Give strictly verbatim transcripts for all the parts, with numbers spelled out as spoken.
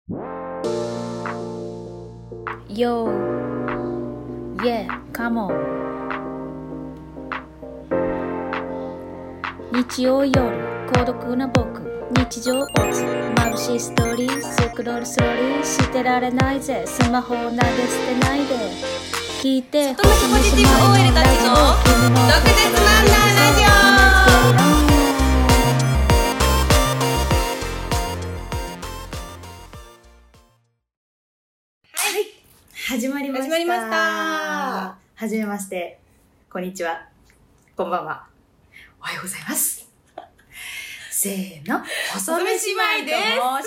Yo, yeah, come on. 日曜夜、孤独な僕、日常オツ、眩しいストーリー、スクロールスローリー、してられないぜ、スマホを投げ捨てないで。聞いて、 外向きポジティブ オーエル たちの毒舌漫談ラジオ。 始まりました。 始まりました。 はじめまして。こんにちは。こんばんは。おはようございます。せーの。細め姉妹と申します。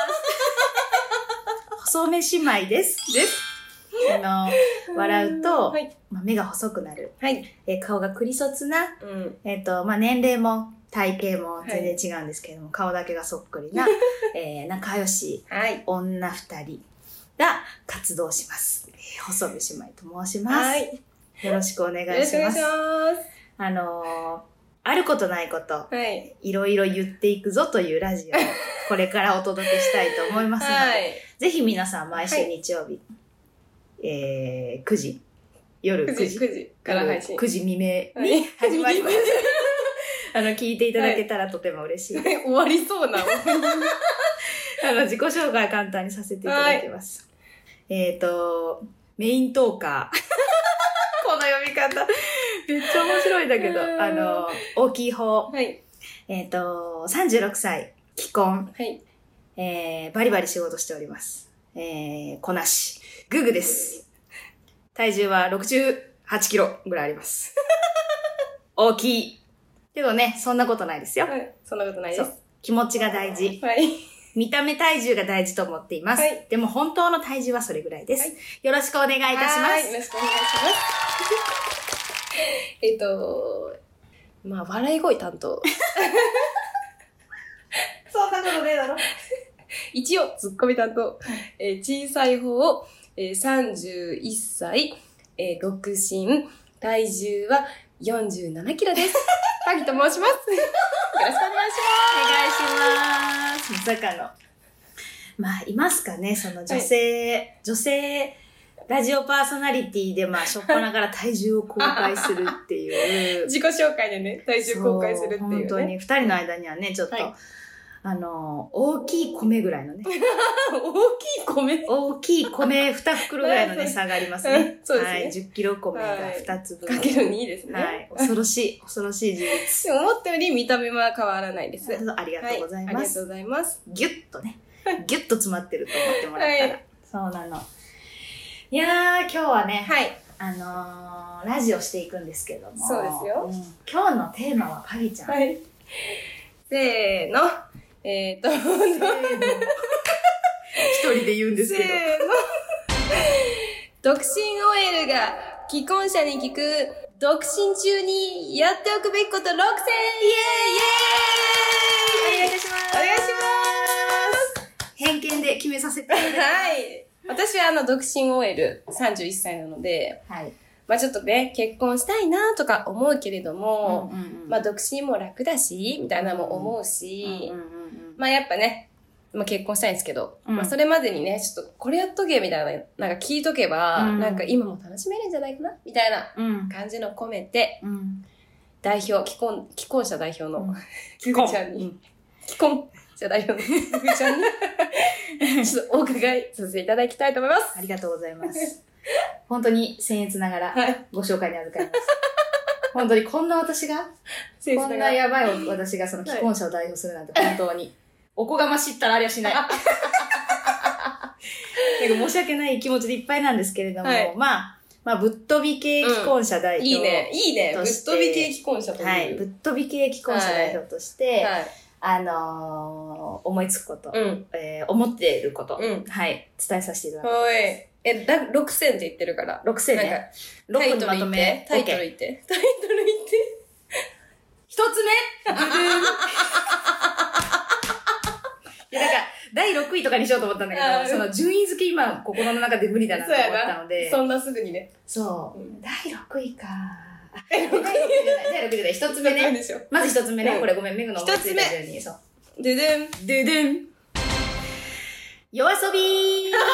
細め姉妹です。 です。 あの、笑うと、 はい、 まあ、目が細くなる。 はい。 え顔がクリソツな、 うん、 えっ、ー、と、まあ、年齢も体型も全然違うんですけれども、はい、顔だけがそっくりな、えー、仲良し、はい、女二人が活動します。細部姉妹と申します。はい。よろしくお願いします。 よろしくお願いします。 あのー、あることないこと、 はい。 いろいろ言っていくぞというラジオをこれからお届けしたいと思いますので、はい、ぜひ皆さん毎週日曜日、はい、えー、くじ、夜くじ、 くじから配信。 くじ未明に始まります。あの、聞いていただけたらとても嬉しい。はい、 終わりそうな。 あの、自己紹介簡単にさせていただきます。はい、えっ、ー、と、メイントーカー。この読み方。めっちゃ面白いんだけど、あの、大きい方。はい。えっ、ー、と、さんじゅうろくさい、既婚。はい。えー、バリバリ仕事しております。えー、こなし。グーグです。体重はろくじゅうはちキロぐらいあります。大きい。けどね、そんなことないですよ。 はい。そんなことないです。 気持ちが大事。はい。見た目体重が大事と思っています。はい、でも本当の体重はそれぐらいです。はい、よろしくお願いいたします。 はい、よろしくお願いします。えっと、まあ、笑い声担当。 そんなことねえだろ。 一応、ツッコミ担当。えー、小さい方、えー、さんじゅういっさい、えー、独身、体重はよんじゅうななキロです。タギと申します。よろしくお願いします。 お願いします。まさかの。まあ、いますかね、その女性、はい、女性、ラジオパーソナリティで、まあ、しょっぱなから体重を公開するっていう。 自己紹介でね、体重公開するっていうね。 本当に、二人の間にはね、ちょっと、はい、あの、大きい米ぐらいのね。 大きい米大きい米二袋ぐらいのね、差がありますね。 そうですね。 はい、じゅっキロ米が二つ分。 かけるにですね。 はい。恐ろしい、恐ろしい事実。 思ったより見た目は変わらないです。 ありがとうございます。はい、 ありがとうございます。 ギュッとね、ギュッと詰まってると思ってもらったら。はい、そうなの。いやー、今日はね、はい。あのー、ラジオしていくんですけども。 そうですよ。 うん、今日のテーマはパギちゃん。はい。 せーの。えーと、せーの。一人で言うんですけど。せーの。 独身 オーエル が既婚者に聞く、独身中にやっておくべきことろくせんイエーイイエーイお願いいたします。お願いします。 偏見で決めさせていただきます。 はい。私はあの、独身 オーエルさんじゅういっさいなので、はい。まあちょっとね、結婚したいなとか思うけれども、うんうんうん、まあ独身も楽だし、みたいなのも思うし、うんうんうんうん、まあやっぱね、まあ結婚したいんですけど、うん、まあそれまでにね、ちょっとこれやっとけみたいな、なんか聞いとけば、うん、なんか今も楽しめるんじゃないかなみたいな感じの込めて、うん、代表、既婚、既婚者代表の、うん、既婚ちゃんに、うん、既婚者代表のグーちゃんに、ちょっとお伺いさせていただきたいと思います。 ありがとうございます。本当に僭越ながらご紹介に預かります。本当にこんな私が、こんなやばい私がその既婚者を代表するなんて本当に、おこがましったらありゃしない。なんか申し訳ない気持ちでいっぱいなんですけれども、はい、まあ、まあ、ぶっ飛び系既婚者代表、うん。いいね、 いいね、ぶっ飛び系既婚者という。 はい、ぶっ飛び系既婚者代表として、はいはい、あのー、思いつくこと、うんえー、思っていること、うん、はい、伝えさせていただきます。はい。 え、だ、ろくせんって言ってるから。 ろくせんね。 ろくにまとめ。タイトル言って。タイトル言って。 一つ目いや、なんか、だいろくいとかにしようと思ったんだけど、その順位付け今、心の中で無理だなと思ったので。 そんなすぐにね。 そう。うん、だいろくいか。だいろくいじゃない。だいろくいじゃない。一つ目ね。まず一つ目ね。これごめん、メグの思いついた順に。そう。 ででん。 ででん。 夜遊びーシンプル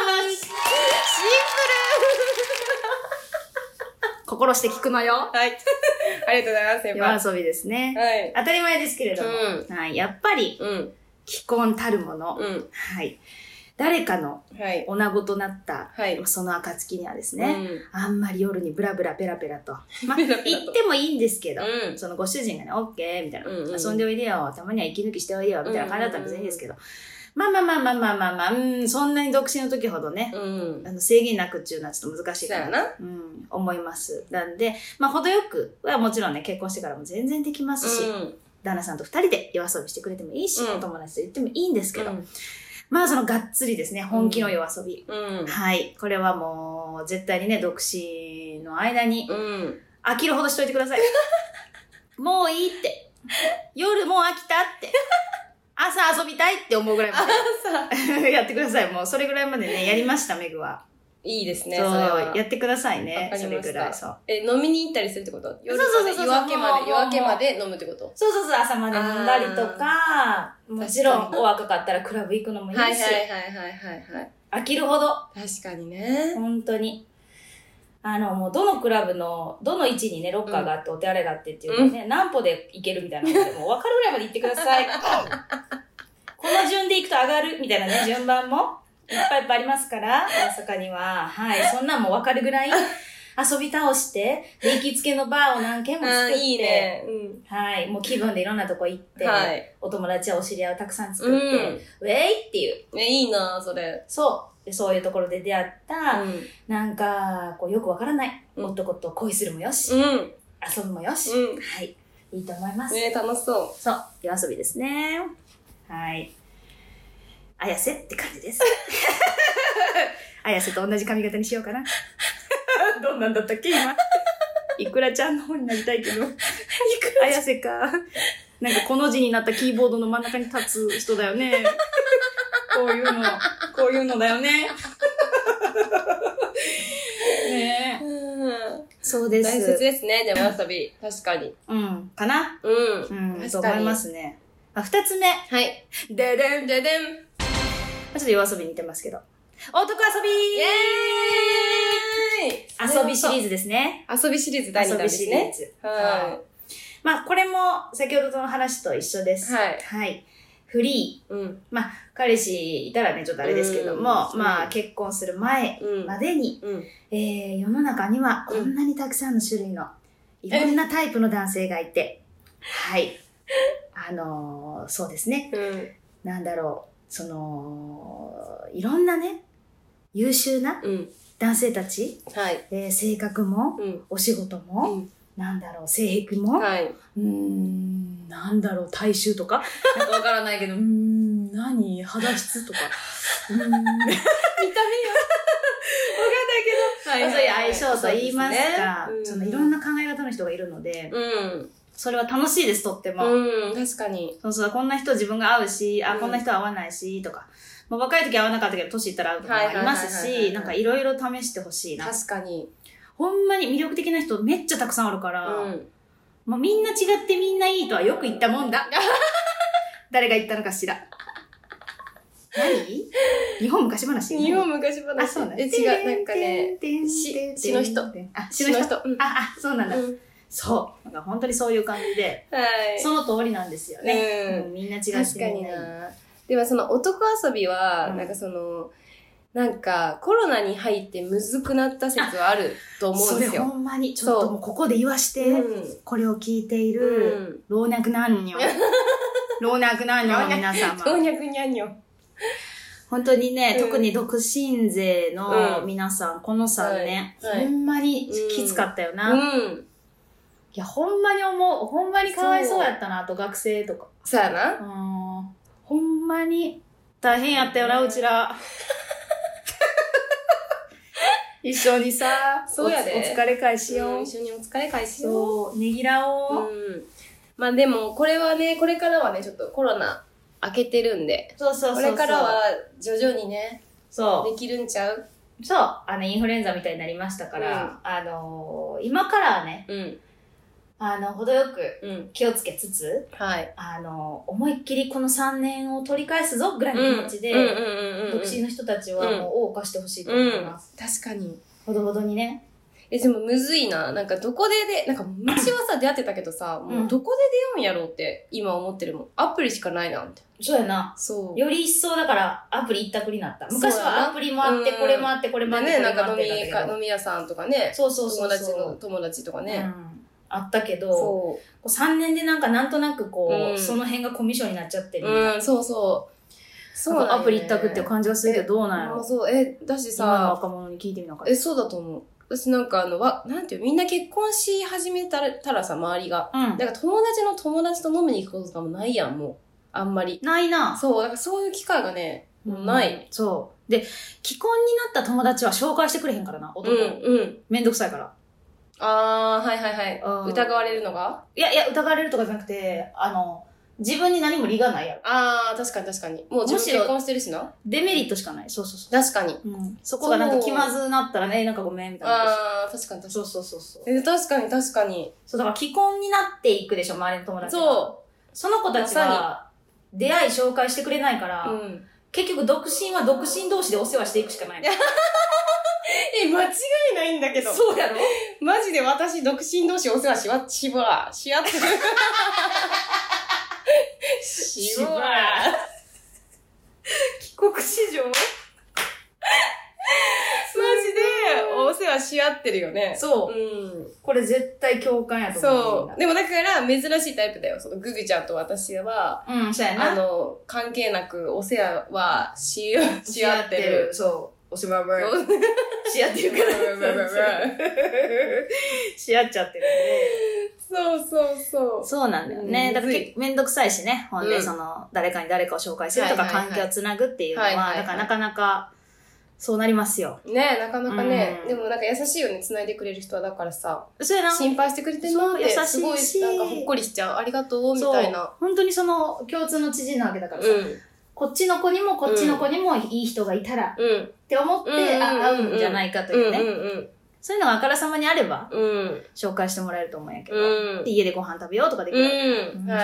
心して聞くのよ。 はい。ありがとうございます、先輩。 夜遊びですね。 はい。 当たり前ですけれども。 うん、 はい。やっぱり、うん、既婚たるもの。 うん、 はい。誰かの女子となった、はい、その暁にはですね、うん、あんまり夜にブラブラペラペラと。まあ、言ってもいいんですけど、うん、そのご主人がね、オッケーみたいな、うんうん、遊んでおいでよ、たまには息抜きしておいでよ、みたいな感じだったら別にいいんですけど、まあまあまあまあまあまあまあ、うん、そんなに独身の時ほどね、うん、あの制限なくっていうのはちょっと難しいかなと、うん、思います。なんで、まあ程よくはもちろんね、結婚してからも全然できますし、うん、旦那さんと二人で夜遊びしてくれてもいいし、うん、お友達と言ってもいいんですけど、うんまあそのがっつりですね、本気の夜遊び。うん、はい。これはもう絶対にね、独身の間に飽きるほどしといてください。もういいって。夜もう飽きたって。朝遊びたいって思うぐらいまでやってください。もうそれぐらいまでね、やりました、メグは。 いいですね、それは。やってくださいね。それぐらい。そう。 え、飲みに行ったりするってこと夜まで、夜明けまで、夜明けまで飲むってことそうそうそう、朝まで飲んだりとか、もちろんお若かったらクラブ行くのもいいし。はいはいはいはいはい。飽きるほど。 確かにね。 本当に。あの、もうどのクラブの、どの位置にね、ロッカーがあって、お手洗いがあってっていうのね、何歩で行けるみたいなので、もう分かるぐらいまで行ってください。この順で行くと上がるみたいなね、順番も。いっぱいいっぱいありますから、大阪には。はい。そんなんもわかるぐらい遊び倒して、で行きつけのバーを何軒も作って、いいねうん、はい。もう気分でいろんなとこ行って、はい、お友達やお知り合いをたくさん作って、うん、ウェイっていう。 ね、いいなそれ。 そう。でそういうところで出会った、うん、なんか、こうよくわからない、うん、男と恋するもよし、うん、遊ぶもよし、うん、はい。いいと思います。 ね楽しそう。 そう。夜遊びですね。はい。綾瀬って感じです。綾瀬と同じ髪型にしようかな。どんなんだったっけ今。いくらちゃんの方になりたいけど。綾瀬か。なんかこの字になったキーボードの真ん中に立つ人だよね。こういうの、こういうのだよね。ねえ。そうです。 大切ですね、でも遊び。確かに。 うん。かなうん。 うん。と思いますね。あ、二つ目。 はい。 ででん。 ででん。 ちょっと夜遊びに似てますけど。男遊びイエーイ遊びシリーズですね。 遊びシリーズだいにだんですね。遊びシリーズ。 はい。まあ、これも先ほどの話と一緒です。 はい。 はい。フリー。うん。まあ、彼氏いたらね、ちょっとあれですけども、うん、まあ、結婚する前までに、うん、えー、世の中にはこんなにたくさんの種類の、いろんなタイプの男性がいて、はい。あのー、そうですね。うん。なんだろう。その、いろんなね、優秀な男性たち、うんはいえー、性格も、うん、お仕事も、うん、なんだろう、性癖も、はい、うーん、なんだろう、体臭とか、なんかわからないけど、うーん、何肌質とか、うーん、見た目よ。わかんないけど、はいはいはい、そういう相性と言いますか、そのいろんな考え方の人がいるので、うんそれは楽しいです、とっても。 うん、確かに。 そうそう、こんな人自分が合うし、あ、うん、こんな人合わないし、とか。もう若い時合わなかったけど、年いったら合うとかもありますし、なんかいろいろ試してほしいな。 確かに。 ほんまに魅力的な人めっちゃたくさんあるから、うん、もうみんな違ってみんないいとはよく言ったもんだ。誰が言ったのかしら。何日本昔話日本昔話。 あ、そうなんえ、違う、なんかね、し、しの人。 あ、しの人。あ、あ、そうなんだ。うんそう。なんか本当にそういう感じで、はい、その通りなんですよね。うん、みんな違って確かにな。でもその男遊びは、うん、なんかその、なんかコロナに入ってむずくなった説はあると思うんですよ。 それほんまに、ちょっともうここで言わして、うん、これを聞いている、老若男女。老若男女の皆様。 老若男女。 本当にね、うん、特に独身勢の皆さん、うん、このさんねん、はい、ほんまにきつかったよな。うんうんいや、ほんまに思う。ほんまにかわいそうやったな、あと学生とか。 そうやな。 うん。ほんまに大変やったよな、うちら。一緒にさ、 そうやで。 お疲れ会しよう、 うん。一緒にお疲れ会しよう。そう、ねぎらおう。 うん。まあでも、これはね、これからはね、ちょっとコロナ明けてるんで。 そうそうそうそう。 これからは徐々にね、 そう。 できるんちゃうそう。あの、インフルエンザみたいになりましたから、うん、あのー、今からはね、うんあの、程よく気をつけつつ、うん、はい。あの、思いっきりこのさんねんを取り返すぞぐらいの気持ちで、どたちはもう謳歌してほしいと思います、 うんうん。確かに。 ほどほどにね。 え、でもむずいな。なんかどこでで、なんか昔はさ、出会ってたけどさ、もうどこで出会うんやろうって今思ってるもん。アプリしかないな、みたいな。そうやな。 そう。 より一層だからアプリ一択になった。昔はアプリもあって、これもあって、これもあって、 ね、なんか飲みか、飲み屋さんとかね。 そうそうそう。 友達の友達とかね。 うん、あったけど、そう。さんねんでなんかなんとなくこう、うん、その辺がコミュ障になっちゃってる。 うん、そうそう。 そうなん、ね、アプリ一択っていう感じがするけど、どうなんやろ。 そう、え、だしさ、 今の若者に聞いてみなかった。 え、そうだと思う。私なんかあの、わ、なんていう、みんな結婚し始めたら、たらさ、周りが。うん。なんか友達の友達と飲みに行くこととかもないやん、もう。あんまり。 ないな。 そう、だからそういう機会がね、うん、ない。 そう。で、既婚になった友達は紹介してくれへんからな、男。うん、うん。めんどくさいから。 あー、はいはいはい。うん、疑われるのがいやいや、疑われるとかじゃなくて、あの、自分に何も利がないやろ。 ああ、確かに確かに。もう自分結婚してるしな。 デメリットしかない。そうそうそう。 確かに。 うん。そこがなんか気まずなったらね、なんかごめんみたいな。 ああ、確かに確かに。 そうそうそうそう。 え、確かに確かに。 そう、だから既婚になっていくでしょ、周りの友達が。そう。その子たちは、出会い紹介してくれないから、うん、結局独身は独身同士でお世話していくしかない。 え、間違いないんだけど。 そうやろ？ マジで私独身同士お世話しわ、しわ、し合ってる。しわ帰国子女マジでお世話し合ってるよね。 そう。うん。これ絶対共感やと思う。 そう。でもだから珍しいタイプだよ。そのググちゃんと私は、 うん、そうやな。 あの、関係なくお世話はし、し合ってる。 そう。お世話はし合ってるから。し合っちゃってるね。 そうそうそう。 そうなんだよね。だから結構めんどくさいしね。ほんで、その、誰かに誰かを紹介するとか関係をつなぐっていうのは、だからなかなか、そうなりますよ。 ねえ、なかなかね。でもなんか優しいよね、繋いでくれる人は。だからさ、 そうやな。 心配してくれてるなって、すごい、なんかほっこりしちゃう。ありがとう、みたいな。 本当にその共通の知人なわけだからさ、こっちの子にもこっちの子にもいい人がいたら、って思って、会うんじゃないかというね。そういうのがあからさまにあれば、うん、紹介してもらえると思うんやけど、うん、で家でご飯食べようとかできる。 うんうん、はい。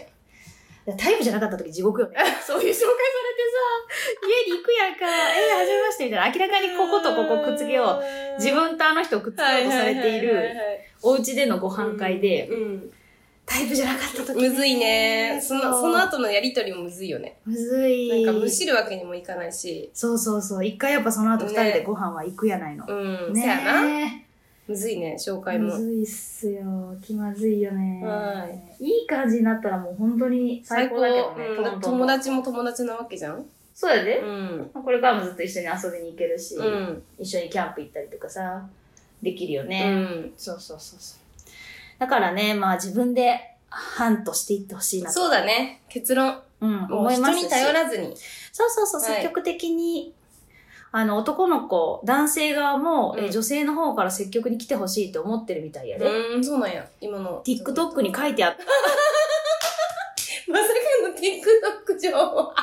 タイプじゃなかった時地獄よね。そういう紹介されてさ、家に行くやんか、えー、はじめましてみたいな。明らかにこことここくっつけよう。自分とあの人をくっつけようとされている、お家でのご飯会で、うんうん、タイプじゃなかった時、 ね、むずいね。その、その後のやりとりもむずいよね。 むずい。 なんかむしるわけにもいかないし。 そうそうそう。一回やっぱその後二人でご飯は行くやないの。 ね、うん。ねえ。そやな。むずいね、紹介も。 むずいっすよ。気まずいよね。はい。いい感じになったらもう本当に最高だけどね。 最高。うん、友達も友達なわけじゃん？ そうやで。うん。これからもずっと一緒に遊びに行けるし、うん、一緒にキャンプ行ったりとかさ、できるよね。うん。そうそうそうそう。だからね、まあ自分で判としていってほしいなと。 そうだね。結論。 うん。思いますし。 人に頼らずに。 そうそうそう。積極的に、あの、男の子、男性側も、うん、え女性の方から積極に来てほしいって思ってるみたいやで。 うん、そうなんや。今の。 TikTok に書いてあった。 まさかの TikTok 情報。若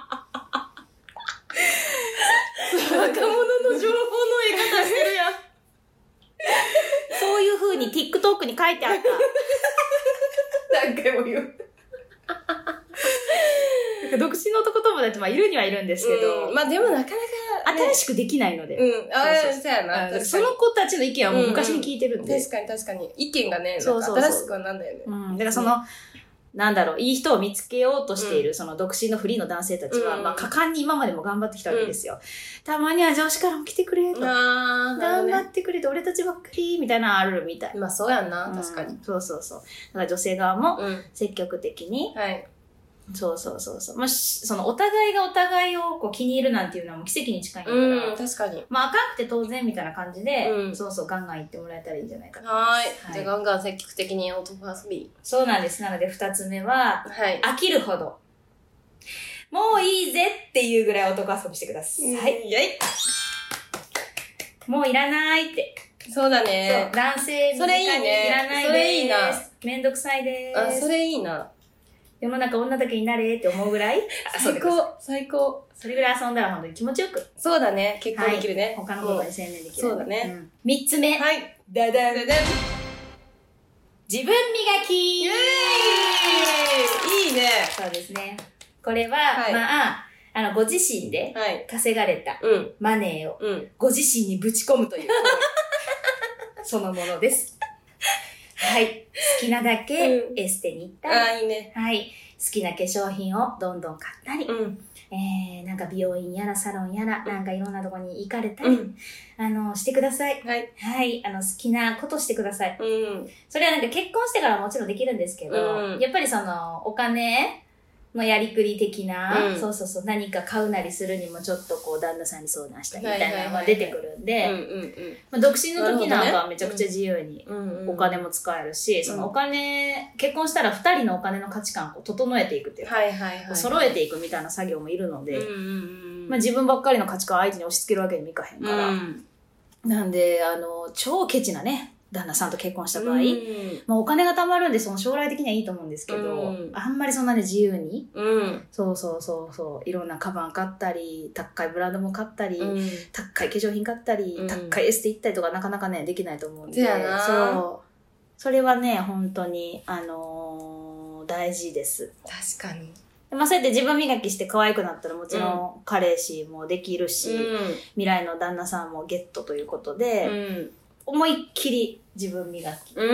者の情報の得方してるやん。 そういう風に TikTok に書いてあった。 何回も言う。 独身の男友達もいるにはいるんですけど。 うん、まあでもなかなか、 ね、新しくできないので。 うん。ああ、そうやな。 その子たちの意見はもう昔に聞いてるんで。 うんうん、確かに確かに。意見がね、なんか新しくはなんだよね。 うん。だからその、うん、なんだろう、いい人を見つけようとしている、うん、その独身のフリーの男性たちは、うん、まあ果敢に今までも頑張ってきたわけですよ。うん、たまには上司からも来てくれと。あ頑張ってくれと、俺たちばっかり、みたいなのあるみたい。 まあそうやんな、確かに、 うん。そうそうそう。だから女性側も積極的に、 うん、はい。 そうそうそうそう。まあ、そのお互いがお互いをこう気に入るなんていうのはもう奇跡に近いんだから。 うん、確かに。 まあ、あかんくて当然みたいな感じで、うん、そうそう、ガンガン言ってもらえたらいいんじゃないかな。 はい。じゃあ、ガンガン積極的に男遊び。 そうなんです。なので、二つ目は、はい。飽きるほど。もういいぜっていうぐらい男遊びしてください。はい。イェイ。もういらないって。 そうだね。 そう、男性、 それいいね。 いらないです。それいいな。めんどくさいです。 あ、それいいな。 世の中女だけになれって思うぐらい最高、最高。 それぐらい遊んだら本当に気持ちよく。 そうだね。結婚できるね。 はい、他のことに専念できる。 そうだね、 うん。三つ目。 はい。 ダダン。ダダン。自分磨き。 イェーイいいね。 そうですね。これは、はい、まあ、 あの、ご自身で稼がれたマネーをご自身にぶち込むという行為、そのものです。はい。好きなだけエステに行ったり、 うん、あ、いいね。 はい。好きな化粧品をどんどん買ったり、うん、えー、なんか美容院やらサロンやら、なんかいろんなとこに行かれたり、うん、あの、してください。はい。はい。あの、好きなことしてください。うん。それはなんか結婚してからもちろんできるんですけど、うん、やっぱりその、お金のやりくり的な、うん、そうそうそう、何か買うなりするにもちょっとこう、旦那さんに相談したりみたいなのが出てくるんで、独身の時なんかはめちゃくちゃ自由にお金も使えるし、うん、そのお金、結婚したら二人のお金の価値観を整えていくっていうか、はいはいはい、揃えていくみたいな作業もいるので、うんうんうん、まあ、自分ばっかりの価値観を相手に押し付けるわけにもいかへんから、うん、なんで、あの、超ケチなね、旦那さんと結婚した場合、うん、まあお金が貯まるんで、その将来的にはいいと思うんですけど、うん、あんまりそんなね自由に、うん、そうそうそうそう、いろんなカバン買ったり、高いブランドも買ったり、うん、高い化粧品買ったり、うん、高いエステ行ったりとかなかなかね、できないと思うんで、そう。それはね、本当に、あのー、大事です。 確かに。 まあそうやって自分磨きして可愛くなったらもちろん彼氏もできるし、うん、未来の旦那さんもゲットということで、うん思いっきり自分磨き。うん。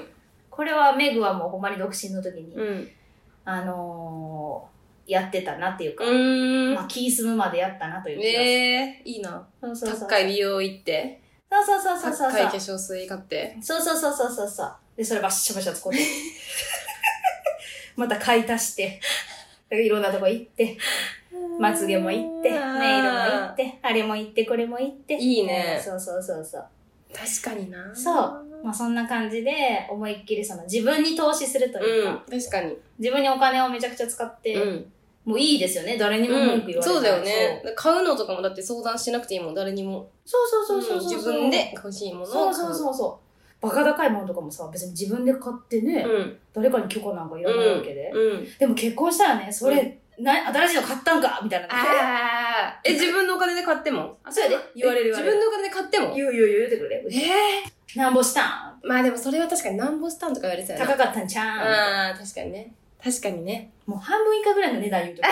これはメグはもうほんまに独身の時に、うん、あのー、やってたなっていうか、うんまあ気済むまでやったなという気がする。 えー、いいな。そうそうそうそう高い美容行って。 そうそうそうそうそう。 高い化粧水買って。 そうそうそうそうそうそう。で、それバッシャバシャ使って。また買い足して、いろんなとこ行って、まつげも行って、ネイルも行って、あれも行って、これも行って。 いいね。 そうそうそうそう。 確かにな。 そう。まあそんな感じで、思いっきりその自分に投資するというか。 うん、確かに。 自分にお金をめちゃくちゃ使って、うん、もういいですよね。誰にも文句言われない、うん。 そうだよね。買うのとかもだって相談しなくていいもん、誰にも。 そうそうそうそうそう、 うん。自分で欲しいものを買う。そうそうそうそう。バカ高いものとかもさ、別に自分で買ってね、うん、誰かに許可なんかいらないわけで。うんうん、でも結婚したらね、それ、うんな、新しいの買ったんかみたいな。ああ。え、自分のお金で買ってもそうやで。言われる言われる。 自分のお金で買っても言う言う言うてくれ。ええー。なんぼしたんまあでもそれは確かになんぼしたんとか言われてたよね。 高かったんちゃうんああ、確かにね。確かにね。 もう半分以下ぐらいの値段言うとく。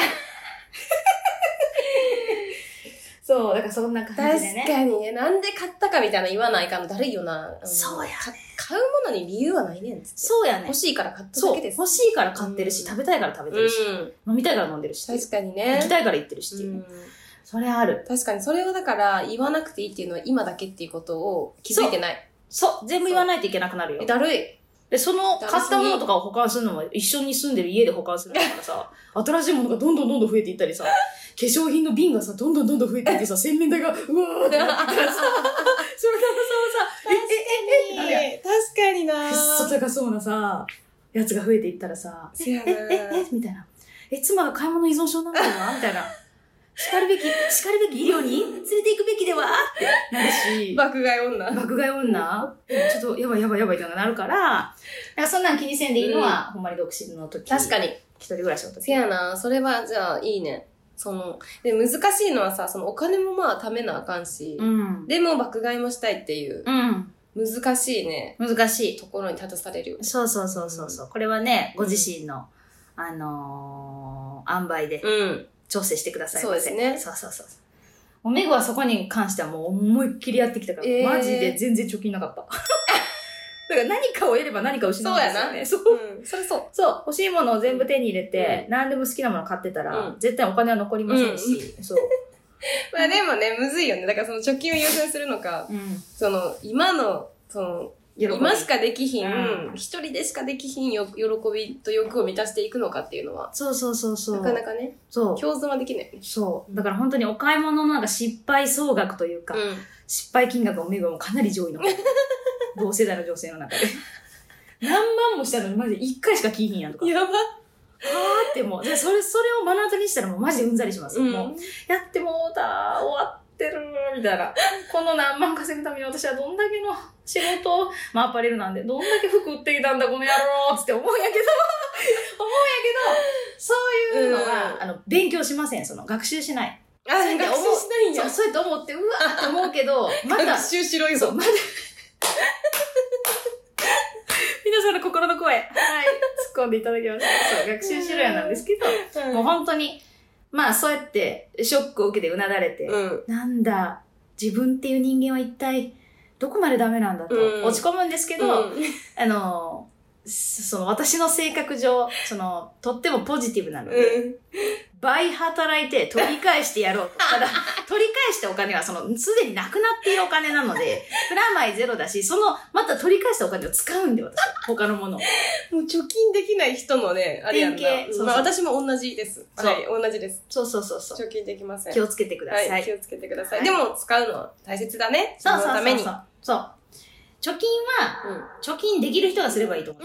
そう、だからそんな感じでね。 確かにね。なんで買ったかみたいな言わないかのだるいよな。 そうやね。 買うものに理由はないねんつって。 そうやね。 欲しいから買っただけです。 そう。欲しいから買ってるし、うん、食べたいから食べてるし、うん、飲みたいから飲んでるし。 確かにね。 行きたいから行ってるしっていう、うん。それある。 確かに、それをだから言わなくていいっていうのは今だけっていうことを気づいてない。 そう。そう全部言わないといけなくなるよ。 え、だるい。 で、その買ったものとかを保管するのも一緒に住んでる家で保管するからさ、新しいものがどんどんどんどん増えていったりさ、化粧品の瓶がさ、どんどんどんどん増えていってさ、洗面台がうわーってなってからさ、それからさ、え、え、え、え、なるやん。 確かになくっそ高そうなさ、やつが増えていったらさ、え、え、え、え、みたいな。え、妻が買い物依存症なんだよなみたいな。叱るべき、叱るべき医療に連れて行くべきではってなるし。 爆買い女。 爆買い女ちょっとやばいやばいやばいってのがなるから、だからそんなん気にせんでいいのは、うん、ほんまに独身の時。 確かに。 一人暮らしの時。 せやな。それは、じゃあ、いいね。その、で、難しいのはさ、そのお金もまあ貯めなあかんし、うん、でも爆買いもしたいっていう、うん、難しいね。 難しい。 ところに立たされるよね。 そうそうそうそうそう、うん。これはね、ご自身の、うん、あのー、塩梅で、うん調整してください。 そうですね。 そうそうそう。もうメグはそこに関してはもう思いっきりやってきたから、えー、マジで全然貯金なかった。だから何かを得れば何かを失うんですよね。 そうやな。そう。うん、それそう。 そう。欲しいものを全部手に入れて、うん、何でも好きなもの買ってたら、うん、絶対お金は残りませんし、うん、そう。 まあでもね、むずいよね。だからその貯金を優先するのか、うん、その、今の、その、今しかできひん、一、うん、人でしかできひんよ喜びと欲を満たしていくのかっていうのは。 そうそうそうそう。 なかなかね。そう。共存はできないよね。 そう。だから本当にお買い物のなんか失敗総額というか、うん、失敗金額を見るのもかなり上位の。同世代の女性の中で。何万もしたのにマジで一回しか聞いひんやんとか。 やば。はーってもう、じゃあそれ、それを目の当たりにしたらもうマジでうんざりします。うん、もう、やってもうた、終わってる、みたいな。この何万稼ぐために私はどんだけの仕事を、まあアパレルなんで、どんだけ服売ってきたんだ、この野郎つって思うんやけど、思うんやけど、そういうのは、うん、あの、勉強しません。その、学習しない。 あ、学習しないんや。 そう、そうやと思って、うわーって思うけど、 まだ。学習しろよ。そう、まだ。 皆さんの心の声。はい。突っ込んでいただきました。そう、学習しろやなんですけど、うん、もう本当に、 まあそうやってショックを受けてうなだれて、うん、なんだ、自分っていう人間は一体どこまでダメなんだと落ち込むんですけど、うん、あの、その私の性格上、その、とってもポジティブなので、うん、倍働いて取り返してやろうと。ただ、取り返したお金はその、すでになくなっているお金なので、プラマイゼロだし、その、また取り返したお金を使うんで、私は。他のものを。もう貯金できない人のね、あれやんな。典型。そうそう、まあ私も同じです。はい、同じです。 そうそうそうそう。 貯金できません。 気をつけてください。はい、 気をつけてください。はい、でも、使うの大切だね。そうそうそうそう。そのために。 そう。貯金は、うん、貯金できる人がすればいいと思う。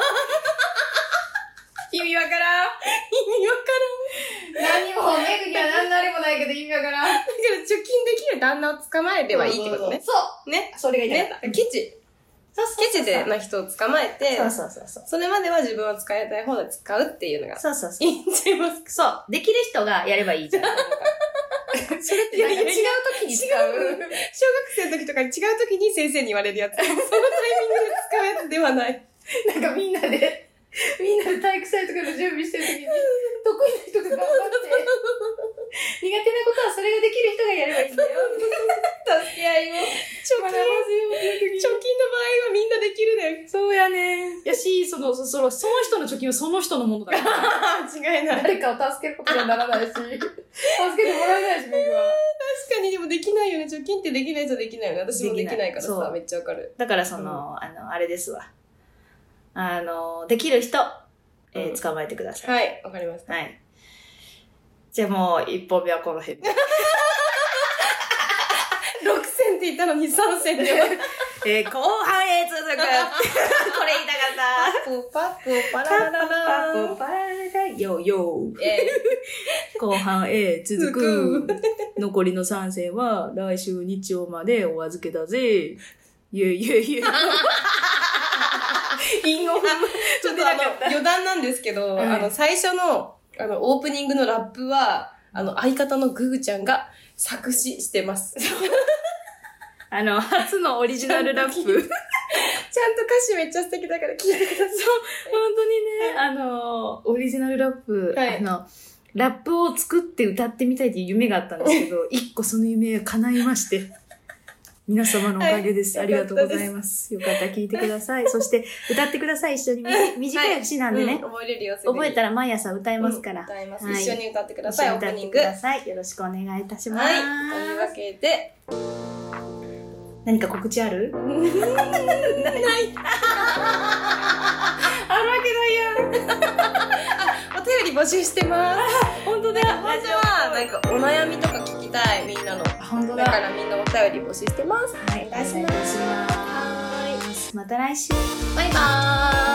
意味わからん。意味わからん。 何も、めぐには何なりもないけど意味わからん。だから貯金できる旦那を捕まえればいいってことね。 そう。ね。それが言いたかった。 ね、ケチ。そうそうそうそう。ケチでな人を捕まえて、 そうそうそうそう。 それまでは自分を使いたい方で使うっていうのが。 そうそうそう。 いいんちゃいますか。 そう。できる人がやればいいじゃん。それってなんか違う時に使う。 小学生の時とかに違う時に先生に言われるやつ。そのタイミングで使うやつではない。 なんかみんなで、みんなで体育祭とかの準備してる時に、得意な人が頑張って、苦手なことはそれができる人がやればいいんだよ。 助け合いを。貯金、貯金の場合はみんなできるね。 そうやね。やし、その、その、その人の貯金はその人のものだから。 違いない。 誰かを助けることにはならないし、助けてもらえないし、僕は。 確かに、でもできないよね。貯金ってできない人できないよね。私もできないからさ、めっちゃわかる。 だからその、うん、あの、あれですわ。あの、できる人、えー、捕まえてください。 はい、わかりました。 はい。じゃあもう、一本目はこの辺で。 ろくせんって言ったのにさんせんで。 えー、後半へ続く。これ言いたかった。 パップパップパララララパップパラララヨーヨー。えー、後半へ続く。残りのさんせんは来週日曜までお預けだぜ。ゆゆゆ。 韻を踏む。ちょっとあの、余談なんですけど、うん、あの、最初の、あの、オープニングのラップは、あの、相方のググちゃんが作詞してます。 あの、初のオリジナルラップ。ちゃんと歌詞めっちゃ素敵だから聞いてください。そう、 本当にね、あの、オリジナルラップ、はい、あの、ラップを作って歌ってみたいっていう夢があったんですけど、一個その夢が叶いまして。皆様のおかげです。はい、ありがとうございます。よかったら聞いてください。そして、歌ってください。一緒に。短い節なんでね。はいうん、 覚えれるよ。 覚えたら毎朝歌いますから。 うん、歌います、はい。一緒に歌ってください。オープニング。 歌ってください。よろしくお願いいたします。 はい。というわけで。 何か告知ある？ない。 あるわけないやん。お便り募集してます。 本当だ。 本当は、なんかお悩みとか聞きたい、みんなの。 本当だ。 だからみんなお便り募集してます。 はい。お願いします。 はい。 また来週。 バイバーイ。